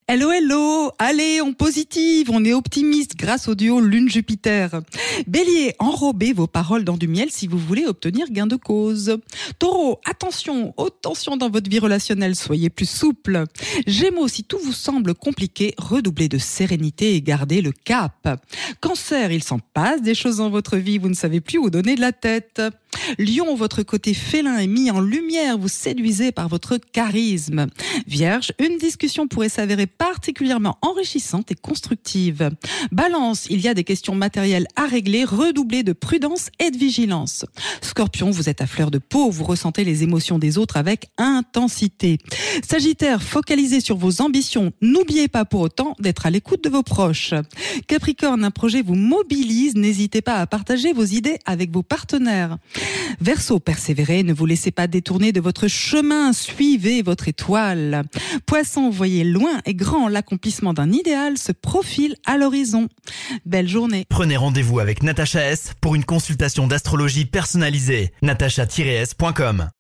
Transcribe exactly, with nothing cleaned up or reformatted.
Hello, hello. Allez, on positive, on est optimiste grâce au duo Lune-Jupiter. Bélier, enrobez vos paroles dans du miel si vous voulez obtenir gain de cause. Taureau, attention, haute tension dans votre vie relationnelle, soyez plus souple. Gémeaux, si tout vous semble compliqué, redoublez de sérénité et gardez le cap. Cancer, il s'en passe des choses dans votre vie, vous ne savez plus où donner de la tête. Lion, votre côté félin est mis en lumière, vous séduisez par votre charisme. Vierge, une discussion pourrait s'avérer particulièrement enrichissante et constructive. Balance, il y a des questions matérielles à régler, redoublez de prudence et de vigilance. Scorpion, vous êtes à fleur de peau, vous ressentez les émotions des autres avec intensité. Sagittaire, focalisez sur vos ambitions, n'oubliez pas pour autant d'être à l'écoute de vos proches. Capricorne, un projet vous mobilise, n'hésitez pas à partager vos idées avec vos partenaires. Verseau, persévérez, ne vous laissez pas détourner de votre chemin, suivez votre étoile. Poisson, voyez loin et grand, l'accomplissement d'un idéal se profile à l'horizon. Belle journée. Prenez rendez-vous avec Natacha S pour une consultation d'astrologie personnalisée. natacha tiret s point com